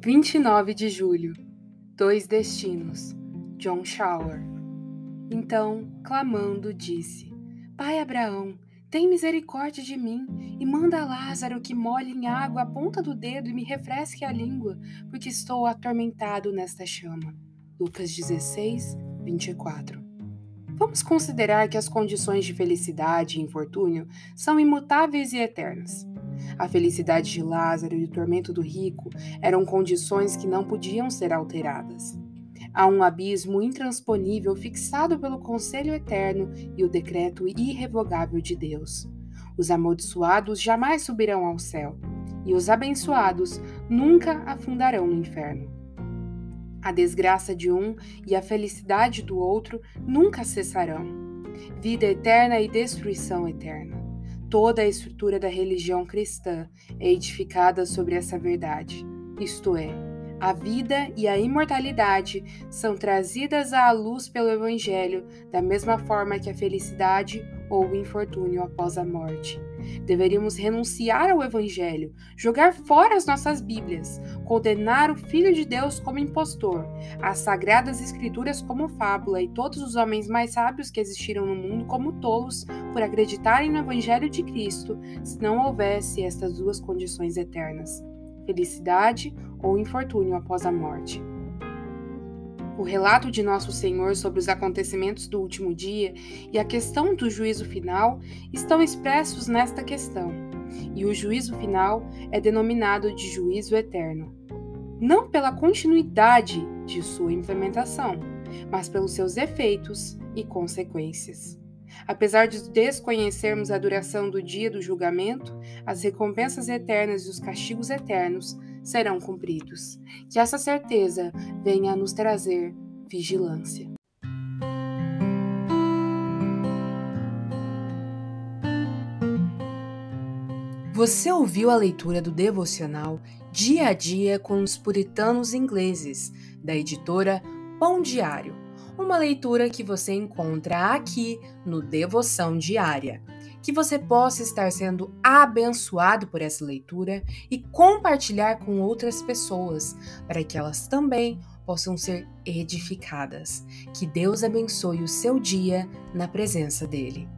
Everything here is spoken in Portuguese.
29 de julho. 2 destinos. John Shower. Então, clamando, disse: Pai Abraão, tem misericórdia de mim e manda Lázaro que molhe em água a ponta do dedo e me refresque a língua, porque estou atormentado nesta chama. Lucas 16, 24. Vamos considerar que as condições de felicidade e infortúnio são imutáveis e eternas. A felicidade de Lázaro e o tormento do rico eram condições que não podiam ser alteradas. Há um abismo intransponível fixado pelo conselho eterno e o decreto irrevogável de Deus. Os amaldiçoados jamais subirão ao céu, e os abençoados nunca afundarão no inferno. A desgraça de um e a felicidade do outro nunca cessarão. Vida eterna e destruição eterna. Toda a estrutura da religião cristã é edificada sobre essa verdade, isto é, a vida e a imortalidade são trazidas à luz pelo Evangelho, da mesma forma que a felicidade ou o infortúnio após a morte. Deveríamos renunciar ao Evangelho, jogar fora as nossas Bíblias, condenar o Filho de Deus como impostor, as Sagradas Escrituras como fábula e todos os homens mais sábios que existiram no mundo como tolos por acreditarem no Evangelho de Cristo, se não houvesse estas duas condições eternas: felicidade ou infortúnio após a morte. O relato de Nosso Senhor sobre os acontecimentos do último dia e a questão do juízo final estão expressos nesta questão, e o juízo final é denominado de juízo eterno, não pela continuidade de sua implementação, mas pelos seus efeitos e consequências. Apesar de desconhecermos a duração do dia do julgamento, as recompensas eternas e os castigos eternos serão cumpridos. Que essa certeza venha a nos trazer vigilância. Você ouviu a leitura do devocional Dia a Dia com os Puritanos Ingleses, da editora Pão Diário. Uma leitura que você encontra aqui no Devoção Diária. Que você possa estar sendo abençoado por essa leitura e compartilhar com outras pessoas, para que elas também possam ser edificadas. Que Deus abençoe o seu dia na presença dele.